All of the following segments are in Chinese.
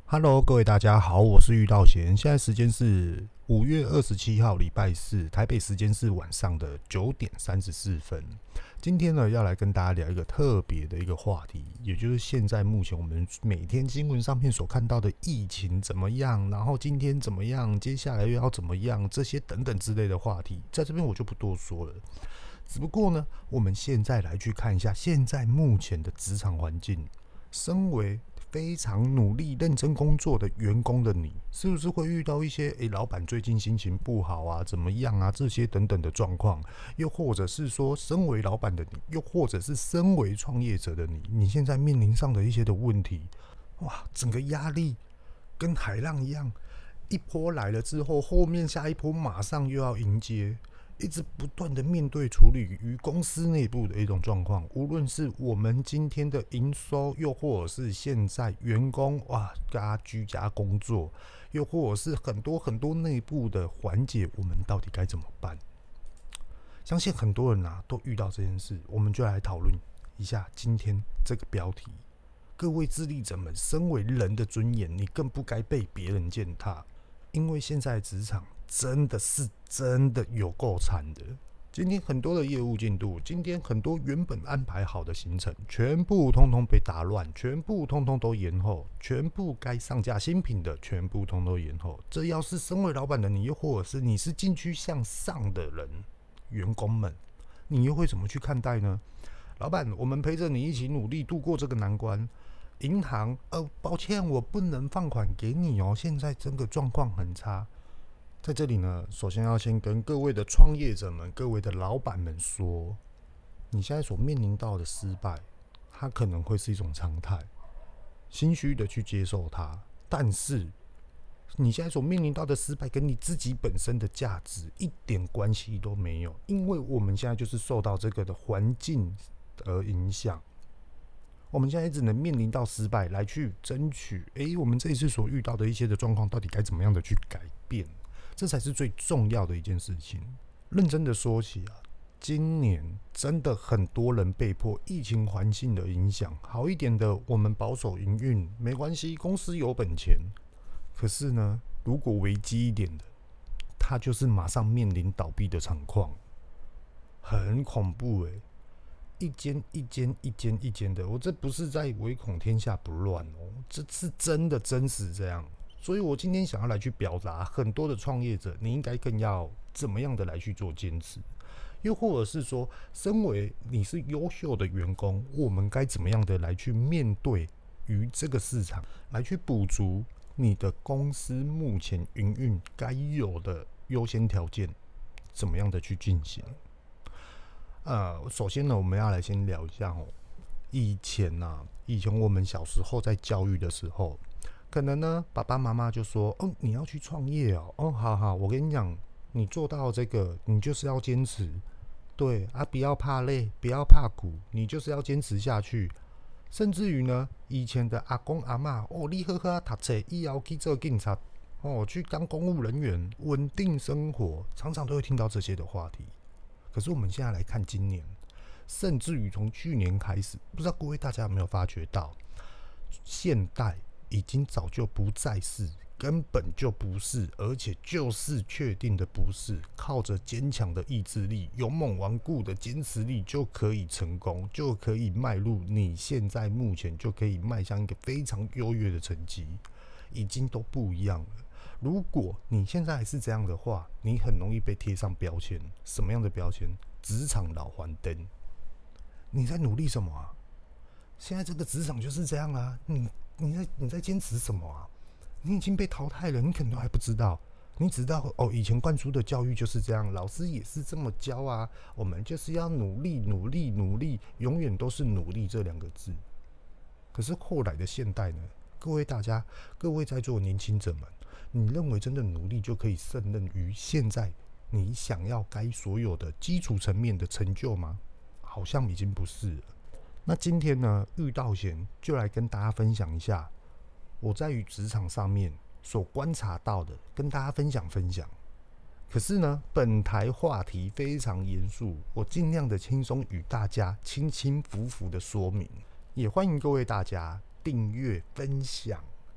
Hello，各位大家好，我是玉道贤。现在时间是5月27号，礼拜四，台北时间是晚上的9:34。今天呢，要来跟大家聊一个特别的一个话题，也就是现在目前我们每天新闻上面所看到的疫情怎么样，然后今天怎么样，接下来又要怎么样，这些等等之类的话题，在这边我就不多说了。只不过呢，我们现在来去看一下现在目前的职场环境，身为非常努力认真工作的员工的你，是不是会遇到一些老板最近心情不好啊，怎么样啊，这些等等的状况？又或者是说，身为老板的你，又或者是身为创业者的你，你现在面临上的一些的问题，哇，整个压力跟海浪一样，一波来了之后，后面下一波马上又要迎接。一直不断的面对处理于公司内部的一种状况，无论是我们今天的营收，又或者是现在员工居家工作，又或者是很多很多内部的环节，我们到底该怎么办？相信很多人都遇到这件事，我们就来讨论一下今天这个标题。各位自立者们，身为人的尊严，你更不该被别人践踏，因为现在职场真的有够惨的。今天很多的业务进度，今天很多原本安排好的行程，全部通通被打乱，全部通通都延后，全部该上架新品的，全部通通都延后。这要是身为老板的你，又或者是你是进趋向上的人，员工们，你又会怎么去看待呢？老板，我们陪着你一起努力度过这个难关。银行，抱歉，我不能放款给你哦，现在这个状况很差。在这里呢，首先要先跟各位的创业者们、各位的老板们说，你现在所面临到的失败，它可能会是一种常态，心虚的去接受它。但是，你现在所面临到的失败，跟你自己本身的价值一点关系都没有，因为我们现在就是受到这个的环境而影响。我们现在只能面临到失败来去争取，我们这一次所遇到的一些的状况，到底该怎么样的去改变？这才是最重要的一件事情。认真的说起今年真的很多人被迫疫情环境的影响，好一点的我们保守营运没关系，公司有本钱。可是呢，如果危机一点的，他就是马上面临倒闭的场况，很恐怖一间一间的，我这不是在唯恐天下不乱这是真的真实这样。所以我今天想要来去表达，很多的创业者，你应该更要怎么样的来去做坚持，又或者是说，身为你是优秀的员工，我们该怎么样的来去面对于这个市场，来去补足你的公司目前营运该有的优先条件，怎么样的去进行？首先呢，我们要来先聊一下以前我们小时候在教育的时候。可能呢，爸爸妈妈就说：“你要去创业哦，好，我跟你讲，你做到这个，你就是要坚持，对不要怕累，不要怕苦，你就是要坚持下去。”甚至于呢，以前的阿公阿嬷，你好好读册，以后去做警察，去当公务人员，稳定生活，常常都会听到这些的话题。可是我们现在来看今年，甚至于从去年开始，不知道各位大家有没有发觉到，现代已经早就不再是，根本就不是，而且就是确定的不是，靠着坚强的意志力、勇猛顽固的坚持力就可以成功，就可以迈入你现在目前就可以迈向一个非常优越的成绩，已经都不一样了。如果你现在还是这样的话，你很容易被贴上标签。什么样的标签？职场老黄灯。你在努力什么啊？现在这个职场就是这样你在坚持什么啊？你已经被淘汰了，你可能都还不知道。你知道以前灌输的教育就是这样，老师也是这么教啊。我们就是要努力，努力，努力，永远都是努力这两个字。可是后来的现代呢？各位在座的年轻者们，你认为真的努力就可以胜任于现在你想要该所有的基础层面的成就吗？好像已经不是了。那今天呢，玉道贤就来跟大家分享一下我在于职场上面所观察到的，跟大家分享。可是呢，本台话题非常严肃，我尽量的轻松与大家轻轻浮浮的说明，也欢迎各位大家订阅分享。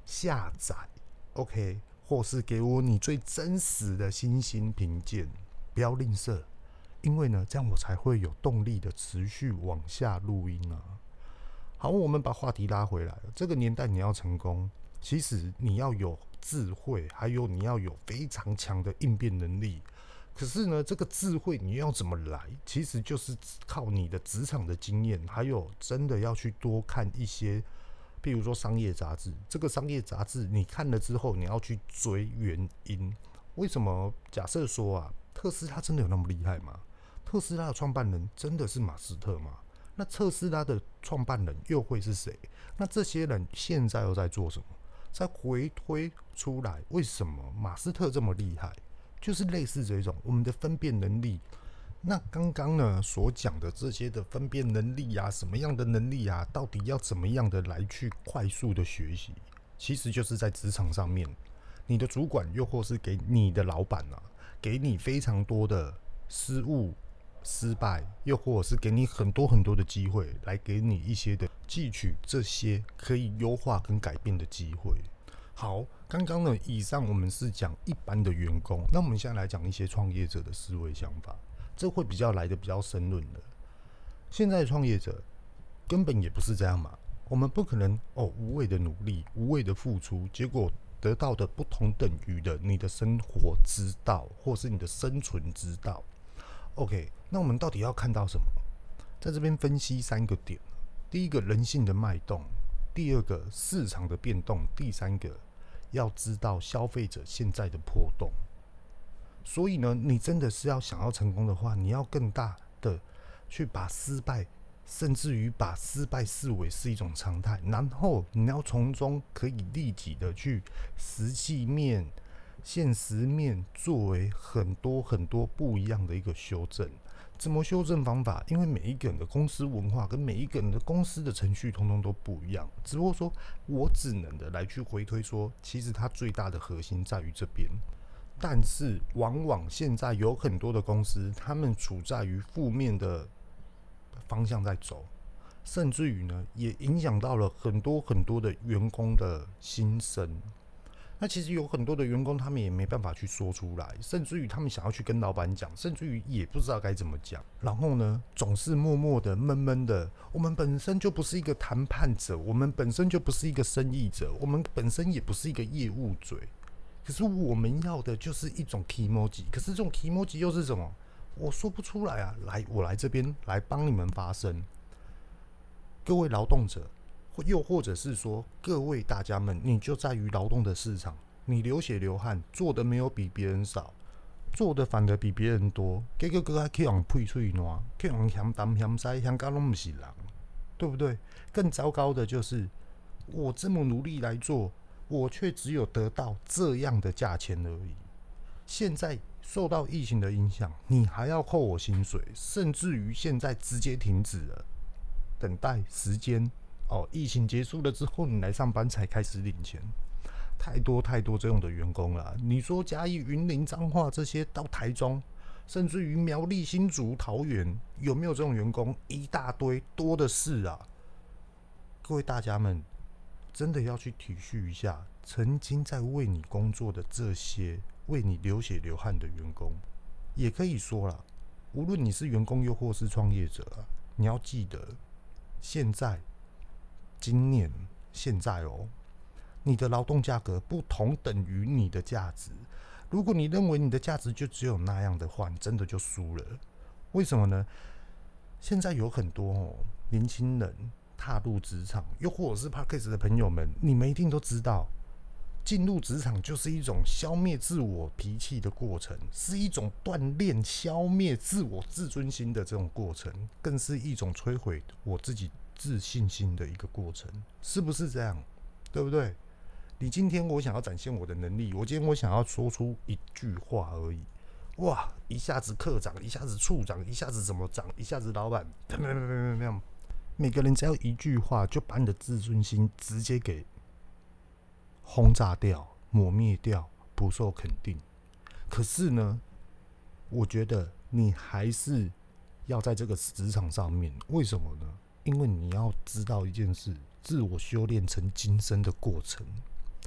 下载 ，OK， 或是给我你最真实的星星评鉴，不要吝啬，因为呢，这样我才会有动力的持续往下录音啊。好，我们把话题拉回来了。这个年代你要成功，其实你要有智慧，还有你要有非常强的应变能力。可是呢，这个智慧你要怎么来？其实就是靠你的职场的经验，还有真的要去多看一些，譬如说商业杂志。这个商业杂志你看了之后，你要去追原因。为什么？假设说啊，特斯拉真的有那么厉害吗？特斯拉的创办人真的是马斯特吗？那特斯拉的创办人又会是谁？那这些人现在又在做什么？再回推出来，为什么马斯特这么厉害？就是类似这种我们的分辨能力。那刚刚呢所讲的这些的分辨能力啊，什么样的能力啊，到底要怎么样的来去快速的学习？其实就是在职场上面，你的主管又或是给你的老板啊，给你非常多的失误、失败，又或者是给你很多很多的机会，来给你一些的汲取这些可以优化跟改变的机会。好，刚刚呢，以上我们是讲一般的员工，那我们现在来讲一些创业者的思维想法，这会比较来的比较深论的。现在的创业者根本也不是这样嘛，我们不可能无谓的努力、无谓的付出，结果得到的不同等于的你的生活之道，或是你的生存之道。OK， 那我们到底要看到什么？在这边分析3个点：第一个，人性的脉动；第二个，市场的变动；第三个，要知道消费者现在的波动。所以呢，你真的是要想要成功的话，你要更大的去把失败，甚至于把失败视为是一种常态，然后你要从中可以立即的去实际面、现实面作为很多很多不一样的一个修正。怎么修正方法？因为每一个人的公司文化跟每一个人的公司的程序通通都不一样，只不过说我只能的来去回推说，其实它最大的核心在于这边。但是往往现在有很多的公司，他们处在于负面的方向在走，甚至于呢，也影响到了很多很多的员工的心声。那其实有很多的员工，他们也没办法去说出来，甚至于他们想要去跟老板讲，甚至于也不知道该怎么讲。然后呢，总是默默的、闷闷的。我们本身就不是一个谈判者，我们本身就不是一个生意者，我们本身也不是一个业务嘴。可是我们要的就是一种 kimoji， 可是这种 kimoji 又是什么？我说不出来啊！来，我来这边来帮你们发声，各位劳动者。又或者是说，各位大家们，你就在于劳动的市场，你流血流汗，做的没有比别人少，做的反而比别人多，结果还去人配嘴烂，去人嫌东嫌西，嫌到拢不是人，对不对？更糟糕的就是，我这么努力来做，我却只有得到这样的价钱而已。现在受到疫情的影响，你还要扣我薪水，甚至于现在直接停止了，等待时间。疫情结束了之后，你来上班才开始领钱，太多太多这种的员工了。你说嘉义、云林、彰化这些到台中，甚至于苗栗、新竹、桃园，有没有这种员工？一大堆，多的是啊。各位大家们，真的要去体恤一下曾经在为你工作的这些为你流血流汗的员工。也可以说啦，无论你是员工又或是创业者啊，你要记得，现在。今年现在你的劳动价格不同等于你的价值。如果你认为你的价值就只有那样的话，你真的就输了。为什么呢？现在有很多年轻人踏入职场，又或者是 Podcast 的朋友们，你们一定都知道，进入职场就是一种消灭自我脾气的过程，是一种锻炼消灭自我自尊心的这种过程，更是一种摧毁我自己自信心的一个过程，是不是这样？对不对？你今天我想要展现我的能力，我今天我想要说出一句话而已，哇！一下子科长，一下子处长，一下子怎么长，一下子老板，每个人只要一句话，就把你的自尊心直接给轰炸掉、抹灭掉，不受肯定。可是呢，我觉得你还是要在这个职场上面，为什么呢？因为你要知道一件事，自我修炼成今生的过程。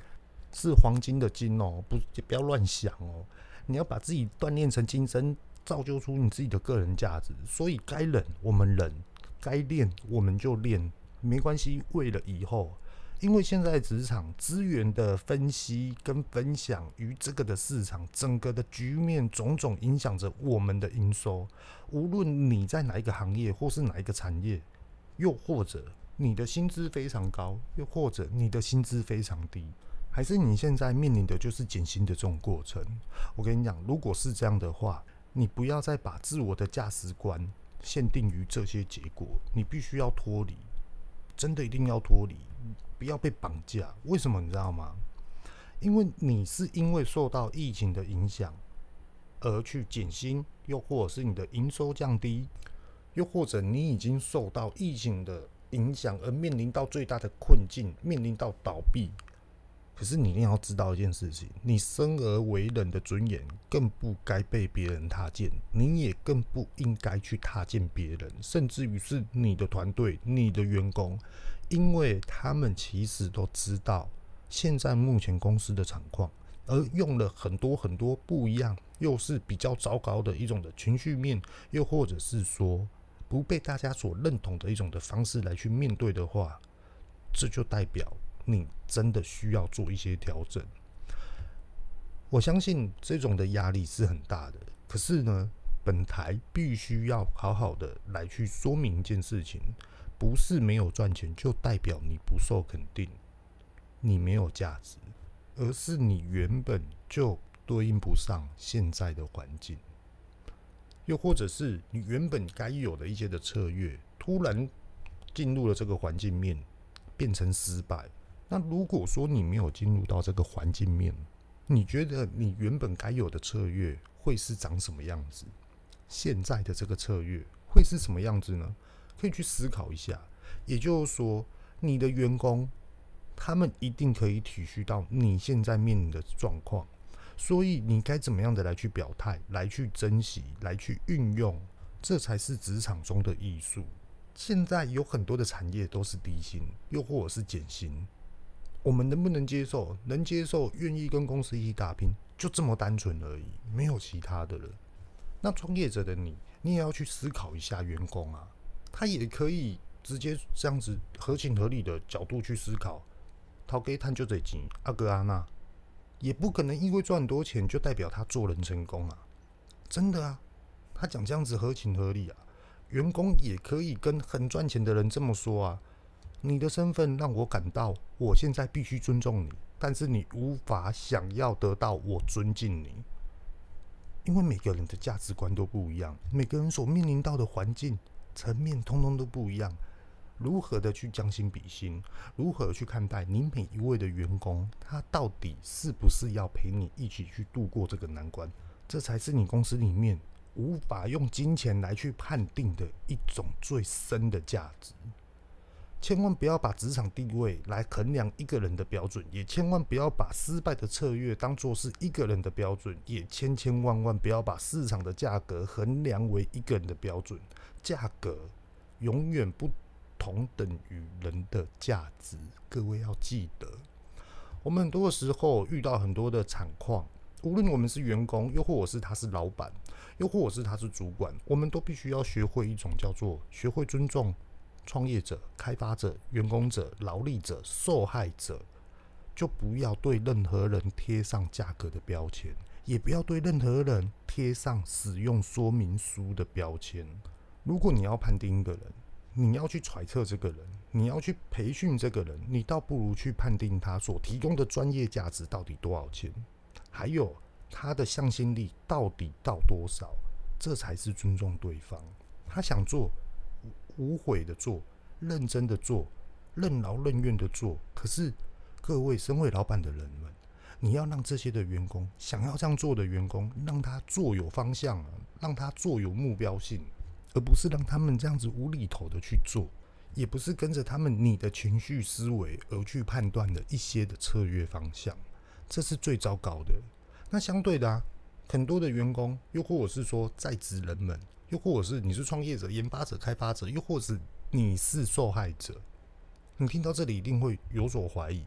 是黄金的金哦，不要乱想哦。你要把自己锻炼成金身，造就出你自己的个人价值。所以该忍我们忍，该练我们就练，没关系。为了以后，因为现在职场资源的分析跟分享与这个的市场整个的局面种种影响着我们的营收。无论你在哪一个行业或是哪一个产业，又或者你的薪资非常高，又或者你的薪资非常低，还是你现在面临的就是减薪的这种过程。我跟你讲，如果是这样的话，你不要再把自我的价值观限定于这些结果，你必须要脱离，真的一定要脱离，不要被绑架。为什么你知道吗？因为你是因为受到疫情的影响而去减薪，又或者是你的营收降低，又或者你已经受到疫情的影响而面临到最大的困境，面临到倒闭。可是你一定要知道一件事情，你生而为人的尊严更不该被别人踏践，你也更不应该去踏践别人，甚至于是你的团队、你的员工，因为他们其实都知道现在目前公司的trạng况，而用了很多很多不一样，又是比较糟糕的一种的情绪面，又或者是说不被大家所认同的一种的方式来去面对的话，这就代表你真的需要做一些调整。我相信这种的压力是很大的，可是呢，本台必须要好好的来去说明一件事情，不是没有赚钱就代表你不受肯定，你没有价值，而是你原本就对应不上现在的环境，又或者是你原本该有的一些的策略，突然进入了这个环境面，变成失败。那如果说你没有进入到这个环境面，你觉得你原本该有的策略会是长什么样子？现在的这个策略会是什么样子呢？可以去思考一下。也就是说，你的员工他们一定可以体恤到你现在面临的状况，所以你该怎么样的来去表态，来去珍惜，来去运用，这才是职场中的艺术。现在有很多的产业都是低薪，又或者是减薪。我们能不能接受？能接受，愿意跟公司一起打拼，就这么单纯而已，没有其他的了。那创业者的你，你也要去思考一下员工啊，他也可以直接这样子合情合理的角度去思考，掏给赚就这钱，阿哥阿那，也不可能因为赚很多钱就代表他做人成功啊，真的啊，他讲这样子合情合理啊，员工也可以跟很赚钱的人这么说啊。你的身份让我感到，我现在必须尊重你，但是你无法想要得到我尊敬你，因为每个人的价值观都不一样，每个人所面临到的环境层面通通都不一样。如何的去将心比心，如何去看待你每一位的员工，他到底是不是要陪你一起去度过这个难关，这才是你公司里面无法用金钱来去判定的一种最深的价值。千万不要把职场地位来衡量一个人的标准，也千万不要把失败的策略当作是一个人的标准，也千万不要把市场的价格衡量为一个人的标准。价格永远不同等于人的价值，各位要记得。我们很多的时候遇到很多的惨况，无论我们是员工，又或者是他是老板，又或者是他是主管，我们都必须要学会一种叫做学会尊重创业者、开发者、员工者、劳力者、受害者，就不要对任何人贴上价格的标签，也不要对任何人贴上使用说明书的标签。如果你要判定一个人，你要去揣测这个人，你要去培训这个人，你倒不如去判定他所提供的专业价值到底多少钱，还有他的向心力到底到多少，这才是尊重对方。他想做，无悔的做，认真的做，任劳任怨的做。可是各位身为老板的人们，你要让这些的员工，想要这样做的员工，让他做有方向，让他做有目标性，而不是让他们这样子无厘头的去做，也不是跟着他们你的情绪思维而去判断的一些的策略方向，这是最糟糕的。那相对的很多的员工，又或者是说在职人们，又或者是你是创业者、研发者、开发者，又或者是你是受害者，你听到这里一定会有所怀疑。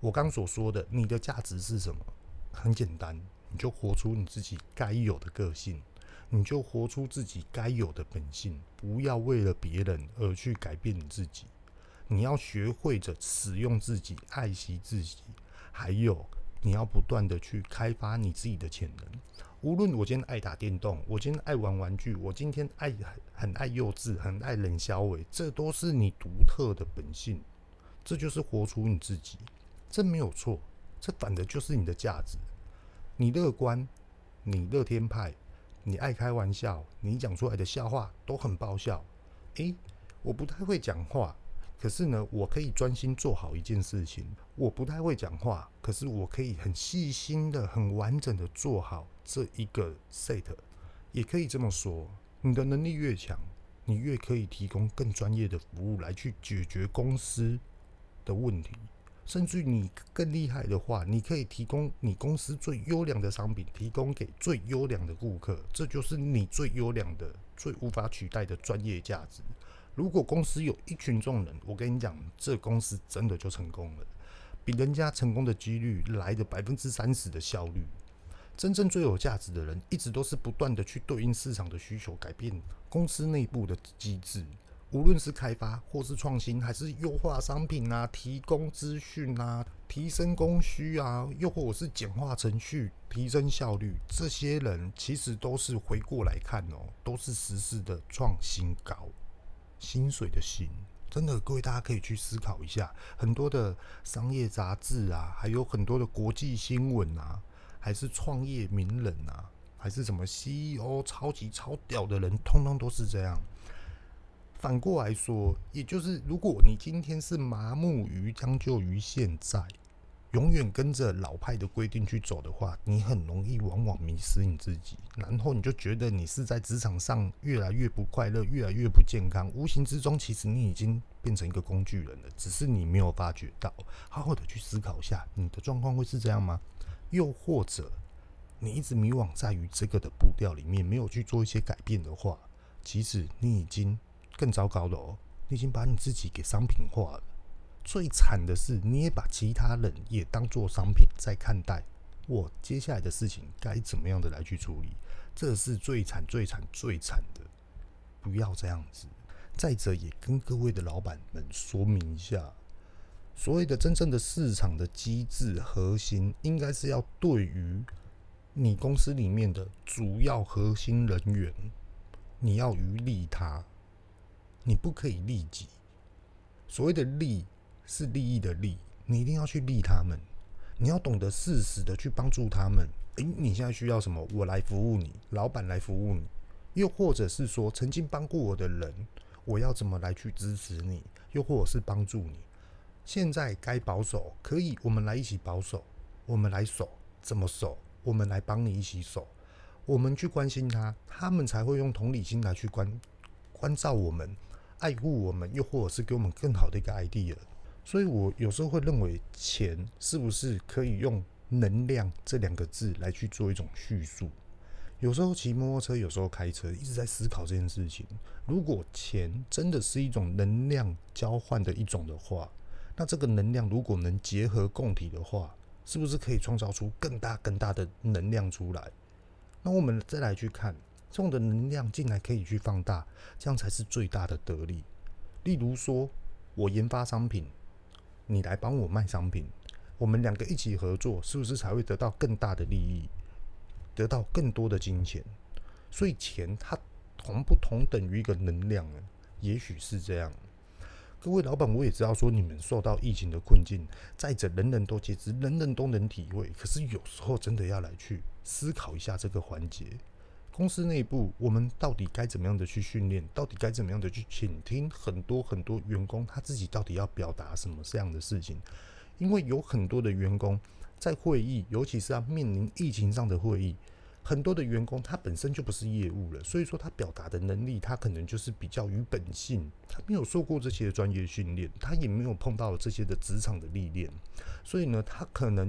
我刚所说的，你的价值是什么？很简单，你就活出你自己该有的个性，你就活出自己该有的本性，不要为了别人而去改变你自己。你要学会着使用自己，爱惜自己，还有你要不断的去开发你自己的潜能。无论我今天爱打电动，我今天爱玩玩具，我今天很爱幼稚，很爱冷小伟，这都是你独特的本性，这就是活出你自己，这没有错，这反的就是你的价值。你乐观，你乐天派，你爱开玩笑，你讲出来的笑话都很爆笑。我不太会讲话，可是呢，我可以专心做好一件事情。我不太会讲话，可是我可以很细心的、很完整的做好这一个 set。也可以这么说，你的能力越强，你越可以提供更专业的服务来去解决公司的问题。甚至你更厉害的话，你可以提供你公司最优良的商品，提供给最优良的顾客，这就是你最优良的、最无法取代的专业价值。如果公司有一群众人，我跟你讲，这公司真的就成功了，比人家成功的几率来的30%的效率。真正最有价值的人，一直都是不断的去对应市场的需求，改变公司内部的机制。无论是开发或是创新，还是优化商品啊，提供资讯啊，提升供需啊，又或者是简化程序，提升效率，这些人其实都是回过来看都是实质的创新高，薪水的薪。真的，各位大家可以去思考一下，很多的商业杂志啊，还有很多的国际新闻啊，还是创业名人啊，还是什么 CEO 超级超屌的人，通通都是这样。反过来说，也就是如果你今天是麻木于将就于现在，永远跟着老派的规定去走的话，你很容易往往迷失你自己，然后你就觉得你是在职场上越来越不快乐，越来越不健康，无形之中其实你已经变成一个工具人了，只是你没有发觉到。好好的去思考一下，你的状况会是这样吗？又或者你一直迷惘在于这个的步调里面，没有去做一些改变的话，其实你已经更糟糕了你已经把你自己给商品化了。最惨的是，你也把其他人也当作商品在看待。我接下来的事情该怎么样的来去处理？这是最惨、最惨、最惨的。不要这样子。再者，也跟各位的老板们说明一下，所谓的真正的市场的机制核心，应该是要对于你公司里面的主要核心人员，你要于利他。你不可以利己。所谓的利是利益的利，你一定要去利他们，你要懂得适时的去帮助他们。你现在需要什么？我来服务你，老板来服务你。又或者是说，曾经帮过我的人，我要怎么来去支持你？又或者是帮助你？现在该保守，可以，我们来一起保守，我们来守，怎么守？我们来帮你一起守，我们去关心他，他们才会用同理心来去关照我们。爱护我们，又或者是给我们更好的一个 idea。所以我有时候会认为，钱是不是可以用能量这2个字来去做一种叙述？有时候骑摩托车，有时候开车，一直在思考这件事情。如果钱真的是一种能量交换的一种的话，那这个能量如果能结合共体的话，是不是可以创造出更大更大的能量出来？那我们再来去看。这种的能量进来可以去放大，这样才是最大的得利。例如说，我研发商品，你来帮我卖商品，我们2个一起合作，是不是才会得到更大的利益，得到更多的金钱？所以钱它同不同等于一个能量呢？也许是这样。各位老板，我也知道说你们受到疫情的困境，再者人人都皆知，人人都能体会。可是有时候真的要来去思考一下这个环节。公司内部，我们到底该怎么样的去训练？到底该怎么样的去倾听很多很多员工他自己到底要表达什么这样的事情？因为有很多的员工在会议，尤其是要面临疫情上的会议，很多的员工他本身就不是业务了，所以说他表达的能力，他可能就是比较于本性，他没有受过这些的专业训练，他也没有碰到这些的职场的历练，所以呢，他可能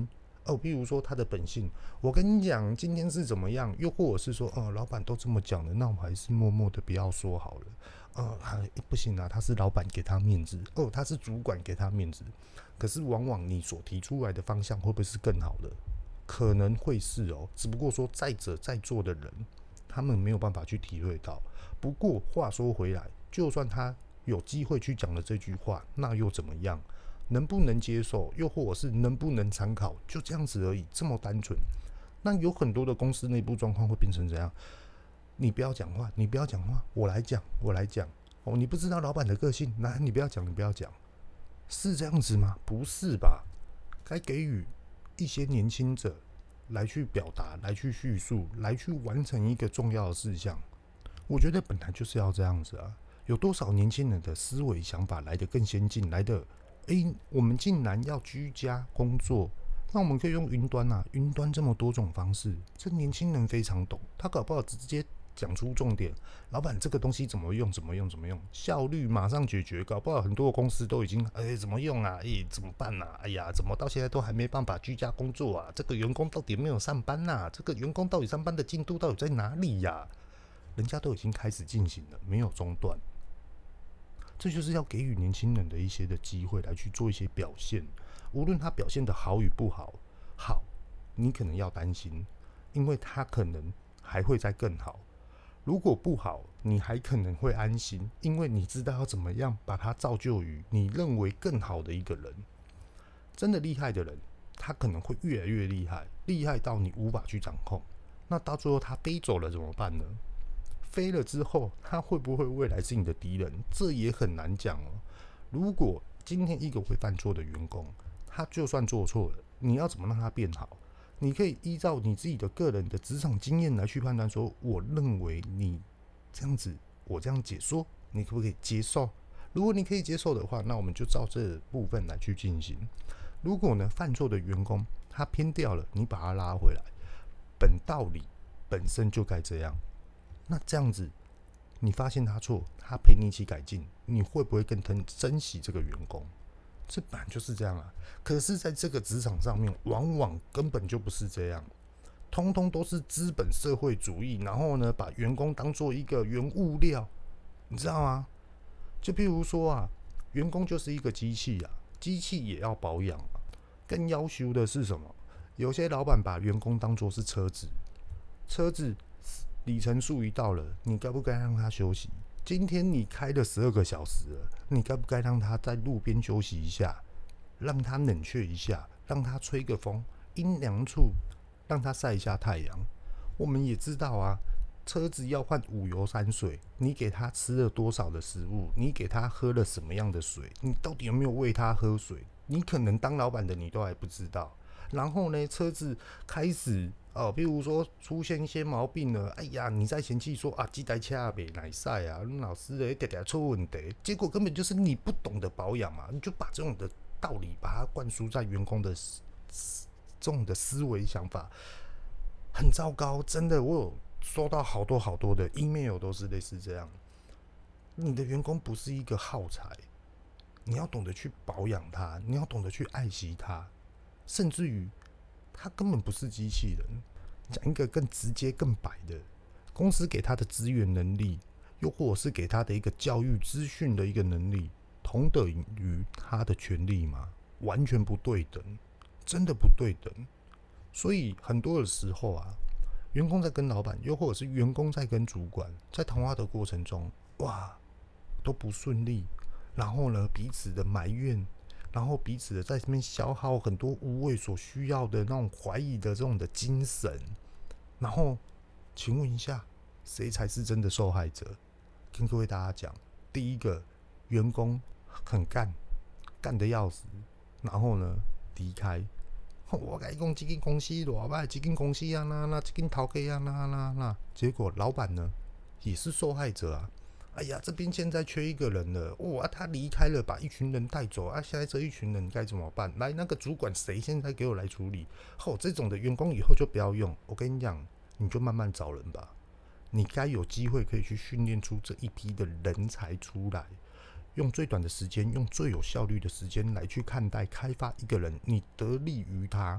比如说他的本性，我跟你讲，今天是怎么样，又或者是说，老板都这么讲了，那我还是默默的不要说好了。不行啊，他是老板给他面子，他是主管给他面子，可是往往你所提出来的方向会不会是更好的？可能会是哦，只不过说在座的人，他们没有办法去体会到。不过话说回来，就算他有机会去讲了这句话，那又怎么样？能不能接受，又或者是能不能参考，就这样子而已，这么单纯。那有很多的公司内部状况会变成怎样？你不要讲话，你不要讲话，我来讲，我来讲。你不知道老板的个性，那你不要讲，你不要讲，是这样子吗？不是吧？该给予一些年轻者来去表达，来去叙述，来去完成一个重要的事项。我觉得本来就是要这样子啊。有多少年轻人的思维想法来得更先进，来的我们竟然要居家工作，那我们可以用云端啊，云端这么多种方式，这年轻人非常懂，他搞不好直接讲出重点，老板这个东西怎么用，怎么用，怎么用，效率马上解决，搞不好很多的公司都已经怎么用啊，怎么办啊，哎呀，怎么到现在都还没办法居家工作啊？这个员工到底没有上班啊？这个员工到底上班的进度到底在哪里呀？人家都已经开始进行了，没有中断。这就是要给予年轻人的一些的机会来去做一些表现，无论他表现的好与不好，你可能要担心，因为他可能还会再更好。如果不好，你还可能会安心，因为你知道要怎么样把它造就于你认为更好的一个人。真的厉害的人，他可能会越来越厉害，厉害到你无法去掌控。那到最后他飞走了怎么办呢？飞了之后，他会不会未来是你的敌人？这也很难讲哦。如果今天一个会犯错的员工，他就算做错了，你要怎么让他变好？你可以依照你自己的个人的职场经验来去判断说，我认为你这样子，我这样解说，你可不可以接受？如果你可以接受的话，那我们就照这部分来去进行。如果呢，犯错的员工他偏掉了，你把他拉回来，本道理本身就该这样。那这样子，你发现他错，他陪你一起改进，你会不会更珍惜这个员工？这本来就是这样啊。可是，在这个职场上面，往往根本就不是这样，通通都是资本社会主义，然后呢，把员工当做一个原物料，你知道吗？就譬如说啊，员工就是一个机器啊，机器也要保养啊。更要求的是什么？有些老板把员工当作是车子，车子里程数一到了，你该不该让他休息？今天你开了12个小时了，你该不该让他在路边休息一下，让他冷却一下，让他吹个风，阴凉处让他晒一下太阳？我们也知道啊，车子要换5油3水，你给他吃了多少的食物？你给他喝了什么样的水？你到底有没有喂他喝水？你可能当老板的你都还不知道。然后呢，车子开始比如说出现一些毛病了，哎呀，你在嫌弃说啊，这台车没耐晒啊，老师常常出问题，结果根本就是你不懂得保养嘛，你就把这种的道理把它灌输在员工的这种的思维想法，很糟糕，真的，我有收到好多好多的 email 都是类似这样。你的员工不是一个耗材，你要懂得去保养它，你要懂得去爱惜它，甚至于他根本不是机器人。讲一个更直接、更白的，公司给他的资源能力，又或者是给他的一个教育资讯的一个能力，同等于他的权利吗？完全不对等，真的不对等。所以很多的时候啊，员工在跟老板，又或者是员工在跟主管，在谈话的过程中，哇，都不顺利，然后呢，彼此的埋怨，然后彼此的在这边消耗很多无谓所需要的那种怀疑的这种的精神。然后，请问一下，谁才是真的受害者？跟各位大家讲，第一个，员工很干，干得要死，然后呢离开。我跟你讲，这间公司偌歹，这间公司啊那，这间头家啊那，结果老板呢也是受害者啊。哎呀，这边现在缺一个人了，哇，他离开了，把一群人带走啊，现在这一群人该怎么办？来，那个主管谁现在给我来处理？这种的员工以后就不要用。我跟你讲，你就慢慢找人吧。你该有机会可以去训练出这一批的人才出来，用最短的时间，用最有效率的时间来去看待开发一个人，你得利于他，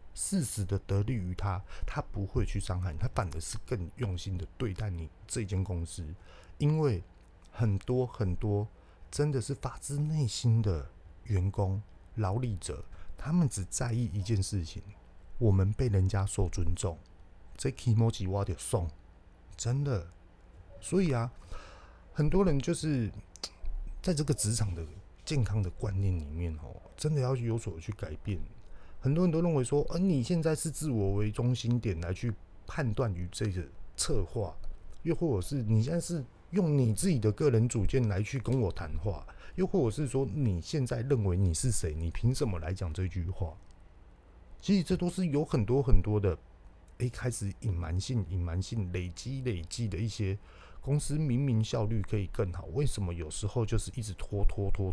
事实的得利于他，他不会去伤害你，他反而是更用心的对待你这间公司。因为很多很多真的是发自内心的员工、劳力者，他们只在意一件事情：我们被人家所尊重。这 kimoji 我就送，真的。所以啊，很多人就是在这个职场的健康的观念里面真的要有所去改变。很多人都认为说，你现在是自我为中心点来去判断于这个策划，又或者是你现在是用你自己的个人主见来去跟我谈话，又或者是说你现在认为你是谁，你凭什么来讲这句话？其实这都是有很多很多的，开始隐瞒性、累积的一些公司明明效率可以更好，为什么有时候就是一直拖？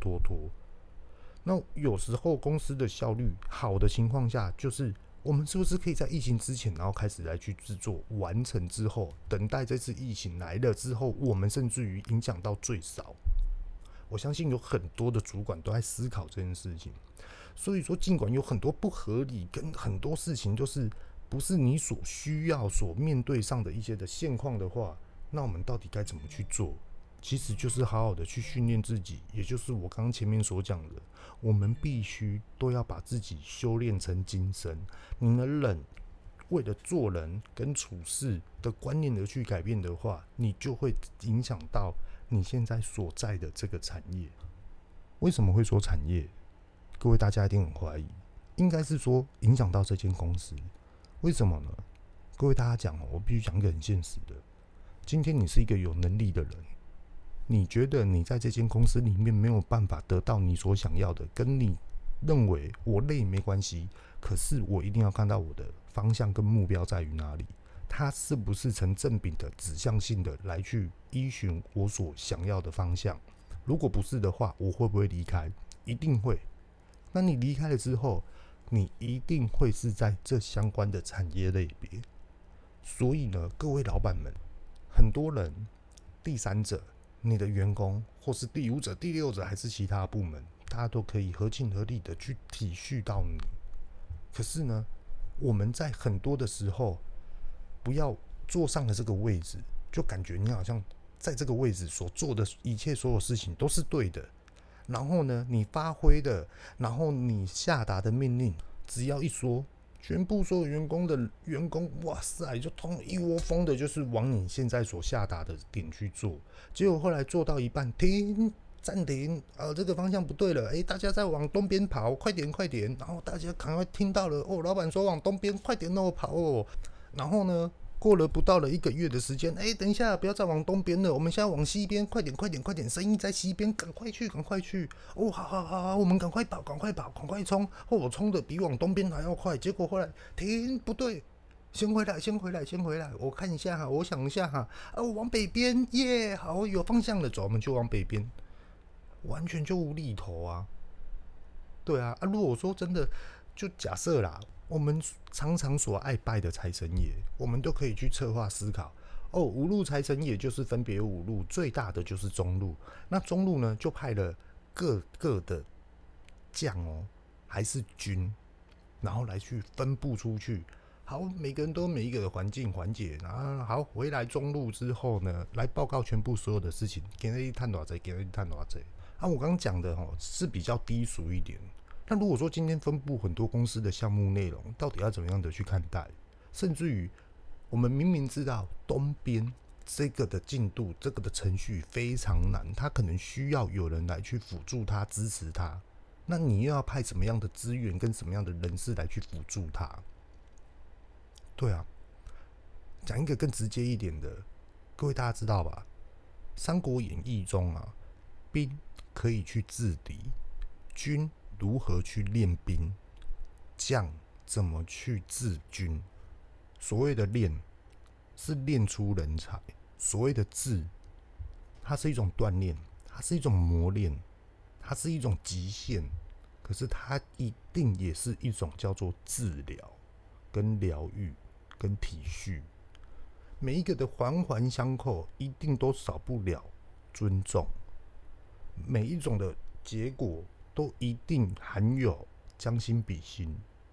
那有时候公司的效率好的情况下，就是我们是不是可以在疫情之前，然后开始来去制作，完成之后，等待这次疫情来了之后，我们甚至于影响到最少。我相信有很多的主管都在思考这件事情。所以说，尽管有很多不合理，跟很多事情就是不是你所需要、所面对上的一些的现况的话，那我们到底该怎么去做？其实就是好好的去训练自己，也就是我刚刚前面所讲的，我们必须都要把自己修炼成精神。你的人为了做人跟处事的观念而去改变的话，你就会影响到你现在所在的这个产业。为什么会说产业？各位大家一定很怀疑，应该是说影响到这间公司。为什么呢？各位大家讲我必须讲一个很现实的，今天你是一个有能力的人，你觉得你在这间公司里面没有办法得到你所想要的，跟你认为我累没关系，可是我一定要看到我的方向跟目标在于哪里，它是不是成正比的指向性的来去依循我所想要的方向？如果不是的话，我会不会离开？一定会。那你离开了之后，你一定会是在这相关的产业类别。所以呢，各位老板们，很多人第三者，你的员工，或是第五者、第六者，还是其他部门，大家都可以合情合理的去体恤到你。可是呢，我们在很多的时候，不要坐上了这个位置，就感觉你好像在这个位置所做的一切所有事情都是对的。然后呢，你发挥的，然后你下达的命令，只要一说，全部所有员工，哇塞，就通一窝蜂的，就是往你现在所下达的点去做。结果后来做到一半，暂停，这个方向不对了，大家再往东边跑，快点，然后大家赶快听到了，老板说往东边，快点跑哦。然后呢，过了不到了1个月的时间，等一下，不要再往东边了，我们现在往西边，快点，声音在西边，赶快去，好，我们赶快跑，赶快冲，我冲的比往东边还要快，结果后来停，不对，先回来，我看一下哈，我想一下哈，我往北边，耶，好，有方向了，走，我们就往北边，完全就无厘头啊，对啊，如果说真的，就假设啦。我们常常所爱拜的财神爷，我们都可以去策划思考。五路财神爷就是分别5路，最大的就是中路。那中路呢，就派了各个的将还是军，然后来去分布出去。好，每个人都有每一个的环境缓解，然后好回来中路之后呢，来报告全部所有的事情，给他一探多少，给他一探多少。我刚刚讲的是比较低俗一点。那如果说今天分布很多公司的项目内容，到底要怎么样的去看待？甚至于，我们明明知道东边这个的进度、这个的程序非常难，它可能需要有人来去辅助它、支持它。那你又要派什么样的资源跟什么样的人士来去辅助它？对啊，讲一个更直接一点的，各位大家知道吧？《三国演义》中兵可以去制敌，军如何去练兵，将怎么去治军。所谓的练，是练出人才；所谓的治，它是一种锻炼，它是一种磨练，它是一种极限。可是它一定也是一种叫做治疗、跟疗愈、跟体恤。每一个的环环相扣，一定都少不了尊重。每一种的结果都一定含有将心比心，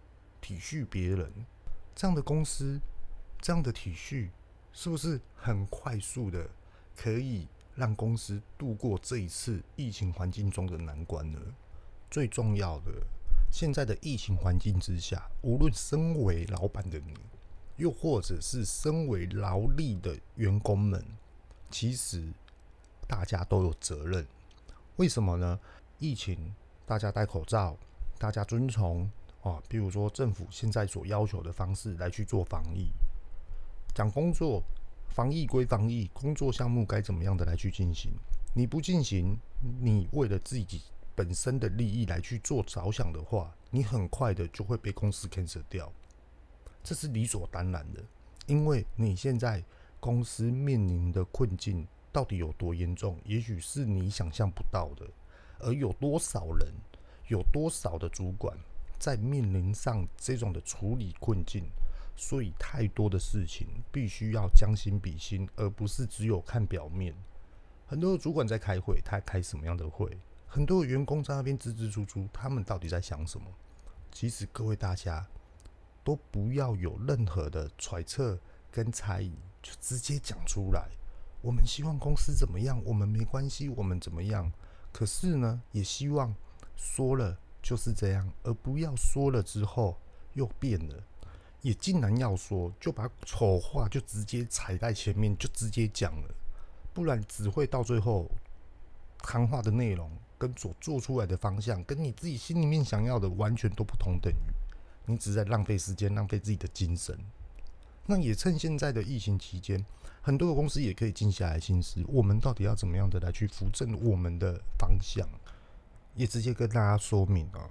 体恤别人，这样的公司，这样的体恤，是不是很快速的可以让公司度过这一次疫情环境中的难关呢？最重要的，现在的疫情环境之下，无论身为老板的你，又或者是身为劳力的员工们，其实大家都有责任。为什么呢？疫情大家戴口罩，大家遵从比如说政府现在所要求的方式来去做防疫。讲工作，防疫归防疫，工作项目该怎么样的来去进行？你不进行，你为了自己本身的利益来去做着想的话，你很快的就会被公司 cancel 掉，这是理所当然的。因为你现在公司面临的困境到底有多严重，也许是你想象不到的。而有多少人，有多少的主管在面临上这种的处理困境，所以太多的事情必须要将心比心，而不是只有看表面。很多的主管在开会，他开什么样的会？很多的员工在那边支支吾吾，他们到底在想什么？其实各位大家都不要有任何的揣测跟猜疑，就直接讲出来。我们希望公司怎么样，我们没关系，我们怎么样？可是呢，也希望说了就是这样，而不要说了之后又变了。也竟然要说，就把丑话就直接踩在前面，就直接讲了，不然只会到最后谈话的内容跟所做出来的方向，跟你自己心里面想要的完全都不同等于。你只是在浪费时间，浪费自己的精神。那也趁现在的疫情期间，很多的公司也可以静下来心思，我们到底要怎么样的来去扶正我们的方向，也直接跟大家说明啊。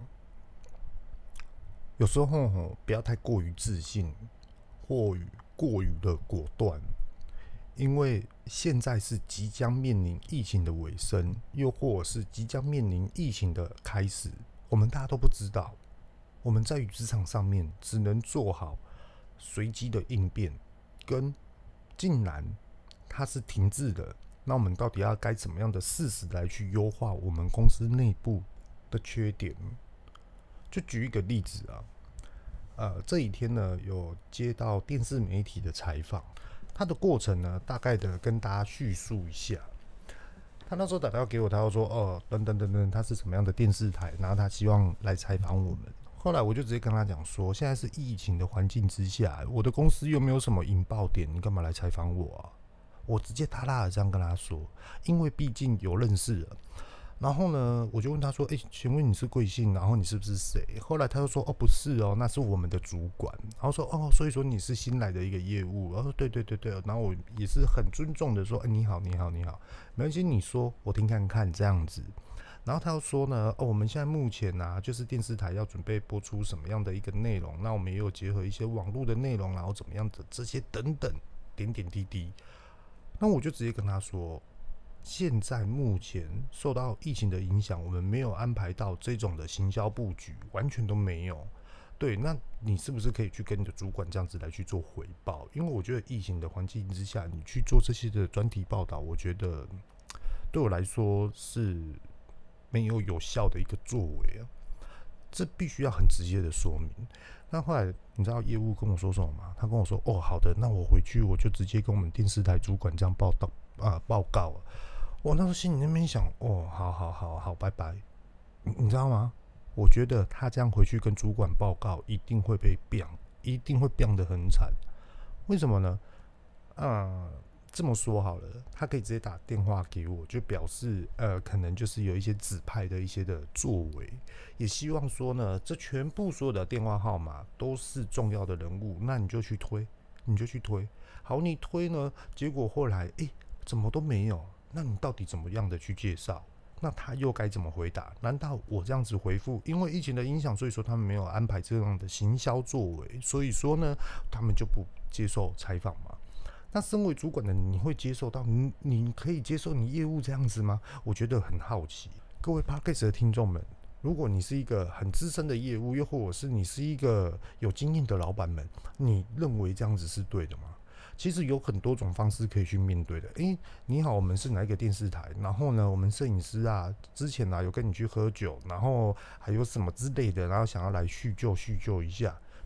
有时候不要太过于自信，或过于的果断，因为现在是即将面临疫情的尾声，又或者是即将面临疫情的开始，我们大家都不知道。我们在于职场上面只能做好随机的应变，跟竟然它是停滞的，那我们到底要该怎么样的适时来去优化我们公司内部的缺点？就举一个例子啊，这几天呢有接到电视媒体的采访，它的过程呢大概的跟大家叙述一下。他那时候打电话给我，他就说等等等等，他是什么样的电视台，然后他希望来采访我们。后来我就直接跟他讲说，现在是疫情的环境之下，我的公司又没有什么引爆点，你干嘛来采访我啊？我直接大大的这样跟他说，因为毕竟有认识了。然后呢，我就问他说：“请问你是贵姓？然后你是不是谁？”后来他就说：“不是哦，那是我们的主管。”然后说：“所以说你是新来的一个业务。”然后对。然后我也是很尊重的说：“你好，你好，你好，没关系，你说我听看看这样子。”然后他又说呢：“我们现在目前就是电视台要准备播出什么样的一个内容？那我们也有结合一些网络的内容，然后怎么样的这些等等点点滴滴。”那我就直接跟他说。现在目前受到疫情的影响，我们没有安排到这种的行销布局，完全都没有。对，那你是不是可以去跟你的主管这样子来去做回报？因为我觉得疫情的环境之下，你去做这些的专题报道，我觉得对我来说是没有有效的一个作为啊。这必须要很直接的说明。那后来你知道业务跟我说什么吗？他跟我说：“好的，那我回去我就直接跟我们电视台主管这样报告了。”我那时候心里那边想，好，拜拜。你知道吗？我觉得他这样回去跟主管报告，一定会被扁，一定会扁得很惨。为什么呢？这么说好了，他可以直接打电话给我，就表示可能就是有一些指派的一些的作为，也希望说呢，这全部所有的电话号码都是重要的人物，那你就去推。好，你推呢，结果后来怎么都没有。那你到底怎么样的去介绍？那他又该怎么回答？难道我这样子回复，因为疫情的影响，所以说他们没有安排这样的行销作为，所以说呢，他们就不接受采访吗？那身为主管的你会接受到你可以接受你业务这样子吗？我觉得很好奇。各位 Podcast 的听众们，如果你是一个很资深的业务，又或者是你是一个有经验的老板们，你认为这样子是对的吗？其实有很多种方式可以去面对的。你好，我们是哪一个电视台？然后呢，我们摄影师之前有跟你去喝酒，然后还有什么之类的，然后想要来叙旧一下。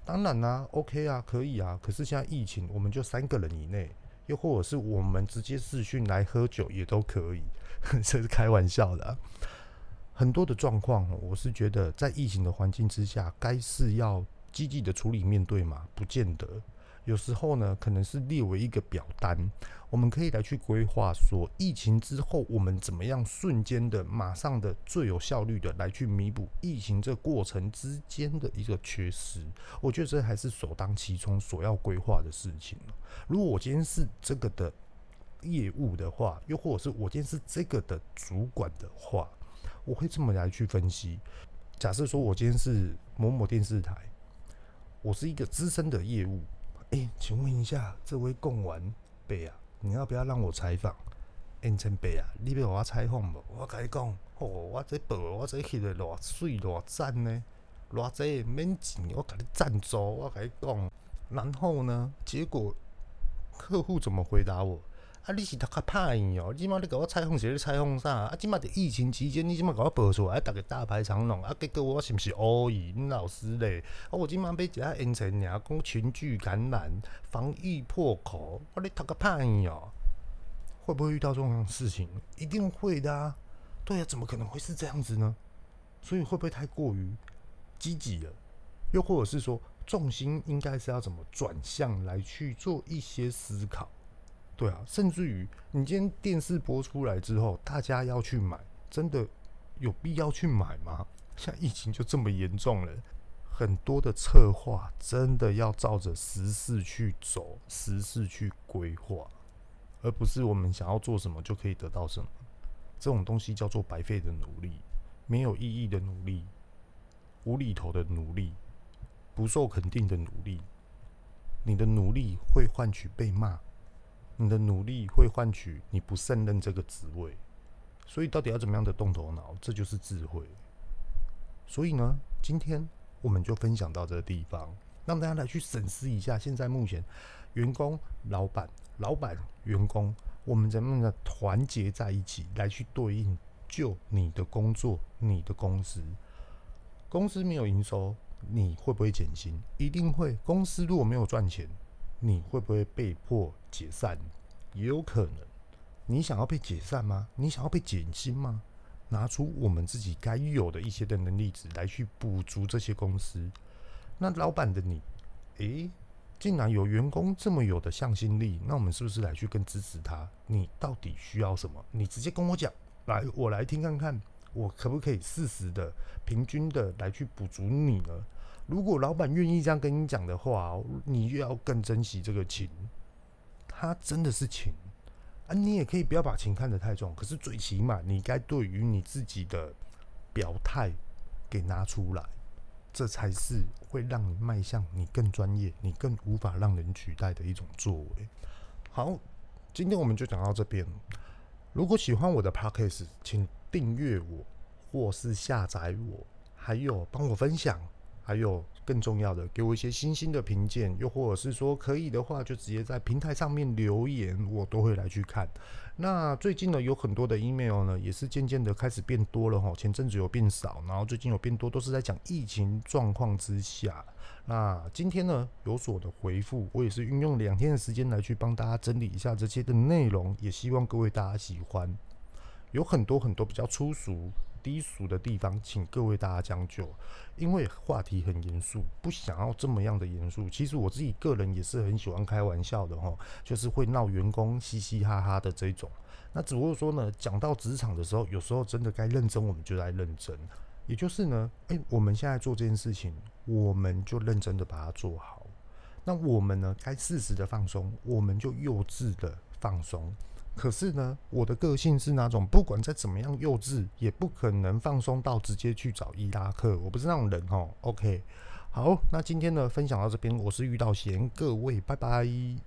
当然啦，OK 啊，可以啊。可是现在疫情，我们就3个人以内，又或者是我们直接视讯来喝酒也都可以，这是开玩笑的啊。很多的状况，我是觉得在疫情的环境之下，该是要积极的处理面对嘛，不见得。有时候呢，可能是列为一个表单，我们可以来去规划说，疫情之后我们怎么样瞬间的、马上的、最有效率的来去弥补疫情这过程之间的一个缺失。我觉得这还是首当其冲所要规划的事情。如果我今天是这个的业务的话，又或者是我今天是这个的主管的话，我会这么来去分析。假设说我今天是某某电视台，我是一个资深的业务，请问一下这位贡丸伯啊，你要不要让我采访？前伯啊，你要我采访无？我跟你讲，我这报我这翕的偌水偌赞呢，偌济免钱，我给你赞助，我跟你讲。然后呢，结果客户怎么回答我？啊，你是读较歹样哦！即摆你甲我采访是咧采访啥？啊，即摆伫疫情期间，你即摆甲我报出来，大家大排长龙，啊，结果我是毋是乌语？恁老师咧？啊，我即摆要一下演成尔，讲群聚感染、防疫破口，我咧读较歹样哦！会不会遇到这种事情？一定会的啊！对啊，怎么可能会是这样子呢？所以会不会太过于积极了？又或者是说，重心应该是要怎么转向来去做一些思考？对啊，甚至于你今天电视播出来之后，大家要去买，真的有必要去买吗？现在疫情就这么严重了，很多的策划真的要照着时事去走，时事去规划，而不是我们想要做什么就可以得到什么。这种东西叫做白费的努力，没有意义的努力，无厘头的努力，不受肯定的努力。你的努力会换取被骂。你的努力会换取你不胜任这个职位，所以到底要怎么样的动头脑，这就是智慧。所以呢，今天我们就分享到这个地方，让大家来去审视一下，现在目前员工、老板、员工，我们怎么样的团结在一起，来去对应就你的工作、你的公司。公司没有营收，你会不会减薪？一定会。公司如果没有赚钱，你会不会被迫解散？也有可能。你想要被解散吗？你想要被减薪吗？拿出我们自己该有的一些的能力值来去补足这些公司。那老板的你，竟然有员工这么有的向心力，那我们是不是来去更支持他？你到底需要什么？你直接跟我讲，来，我来听看看，我可不可以适时的、平均的来去补足你呢？如果老板愿意这样跟你讲的话，你就要更珍惜这个情，他真的是情啊！你也可以不要把情看得太重，可是最起码你该对于你自己的表态给拿出来，这才是会让你迈向你更专业、你更无法让人取代的一种作为。好，今天我们就讲到这边。如果喜欢我的 Podcast， 请订阅我，或是下载我，还有帮我分享。还有更重要的，给我一些星星的评鉴，又或者是说可以的话，就直接在平台上面留言，我都会来去看。那最近呢，有很多的 email 呢，也是渐渐的开始变多了哈。前阵子有变少，然后最近有变多，都是在讲疫情状况之下。那今天呢，有所的回复，我也是运用2天的时间来去帮大家整理一下这些的内容，也希望各位大家喜欢。有很多比较粗俗、低俗的地方，请各位大家将就，因为话题很严肃，不想要这么样的严肃。其实我自己个人也是很喜欢开玩笑的齁，就是会闹员工嘻嘻哈哈的这种。那只不过说呢，讲到职场的时候，有时候真的该认真，我们就来认真。也就是呢，我们现在做这件事情，我们就认真的把它做好。那我们呢，该适时的放松，我们就幼稚的放松。可是呢，我的个性是那种不管再怎么样幼稚，也不可能放松到直接去找伊拉克。我不是那种人齁。OK， 好，那今天呢分享到这边，我是遇到贤，各位拜拜。